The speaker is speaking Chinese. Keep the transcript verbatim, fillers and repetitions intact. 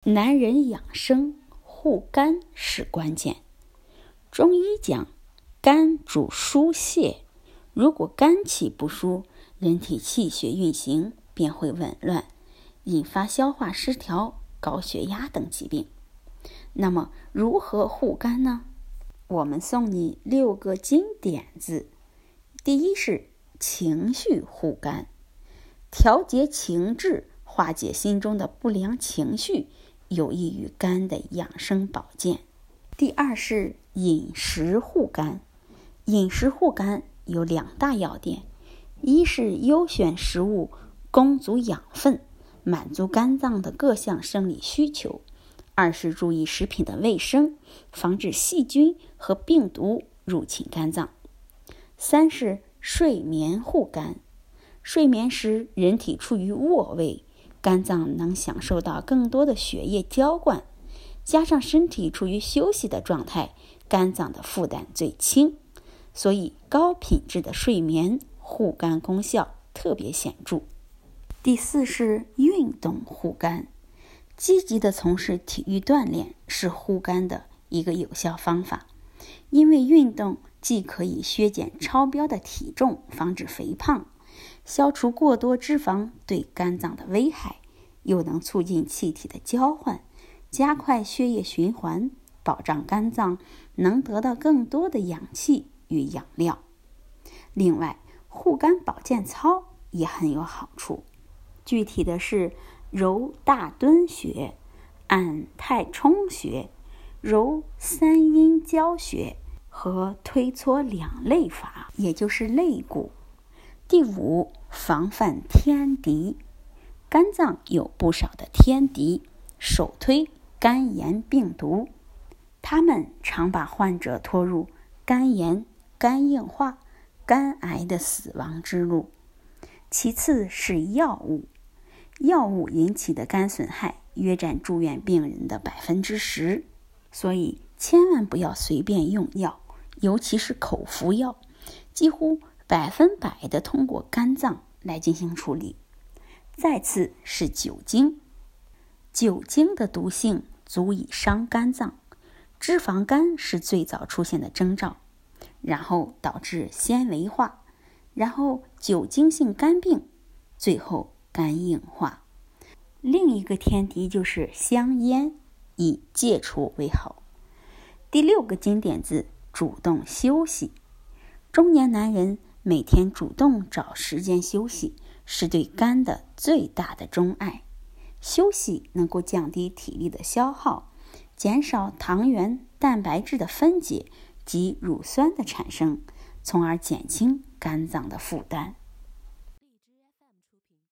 男人养生护肝是关键。中医讲肝主疏泄，如果肝气不疏，人体气血运行便会紊乱，引发消化失调、高血压等疾病。那么如何护肝呢？我们送你六个金点子。第一是情绪护肝，调节情志，化解心中的不良情绪，有益于肝的养生保健。第二是饮食护肝，饮食护肝有两大要点，一是优选食物，供足养分，满足肝脏的各项生理需求；二是注意食品的卫生，防止细菌和病毒入侵肝脏。三是睡眠护肝，睡眠时人体处于卧位，肝脏能享受到更多的血液浇灌，加上身体处于休息的状态，肝脏的负担最轻，所以高品质的睡眠护肝功效特别显著。第四是运动护肝，积极的从事体育锻炼是护肝的一个有效方法，因为运动既可以削减超标的体重，防止肥胖，消除过多脂肪对肝脏的危害，又能促进气体的交换，加快血液循环，保障肝脏能得到更多的氧气与养料。另外，护肝保健操也很有好处，具体的是揉大敦穴、按太冲穴、揉三阴交穴和推搓两肋法，也就是肋骨。第五，防范天敌。肝脏有不少的天敌，首推肝炎病毒，它们常把患者拖入肝炎、肝硬化、肝癌的死亡之路。其次是药物，药物引起的肝损害约占住院病人的百分之十，所以千万不要随便用药，尤其是口服药，几乎百分百的通过肝脏来进行处理。再次是酒精，酒精的毒性足以伤肝脏，脂肪肝是最早出现的征兆，然后导致纤维化，然后酒精性肝病，最后肝硬化。另一个天敌就是香烟，以戒除为好。第六个金点子，主动休息。中年男人每天主动找时间休息，是对肝的最大的钟爱。休息能够降低体力的消耗，减少糖原、蛋白质的分解及乳酸的产生，从而减轻肝脏的负担。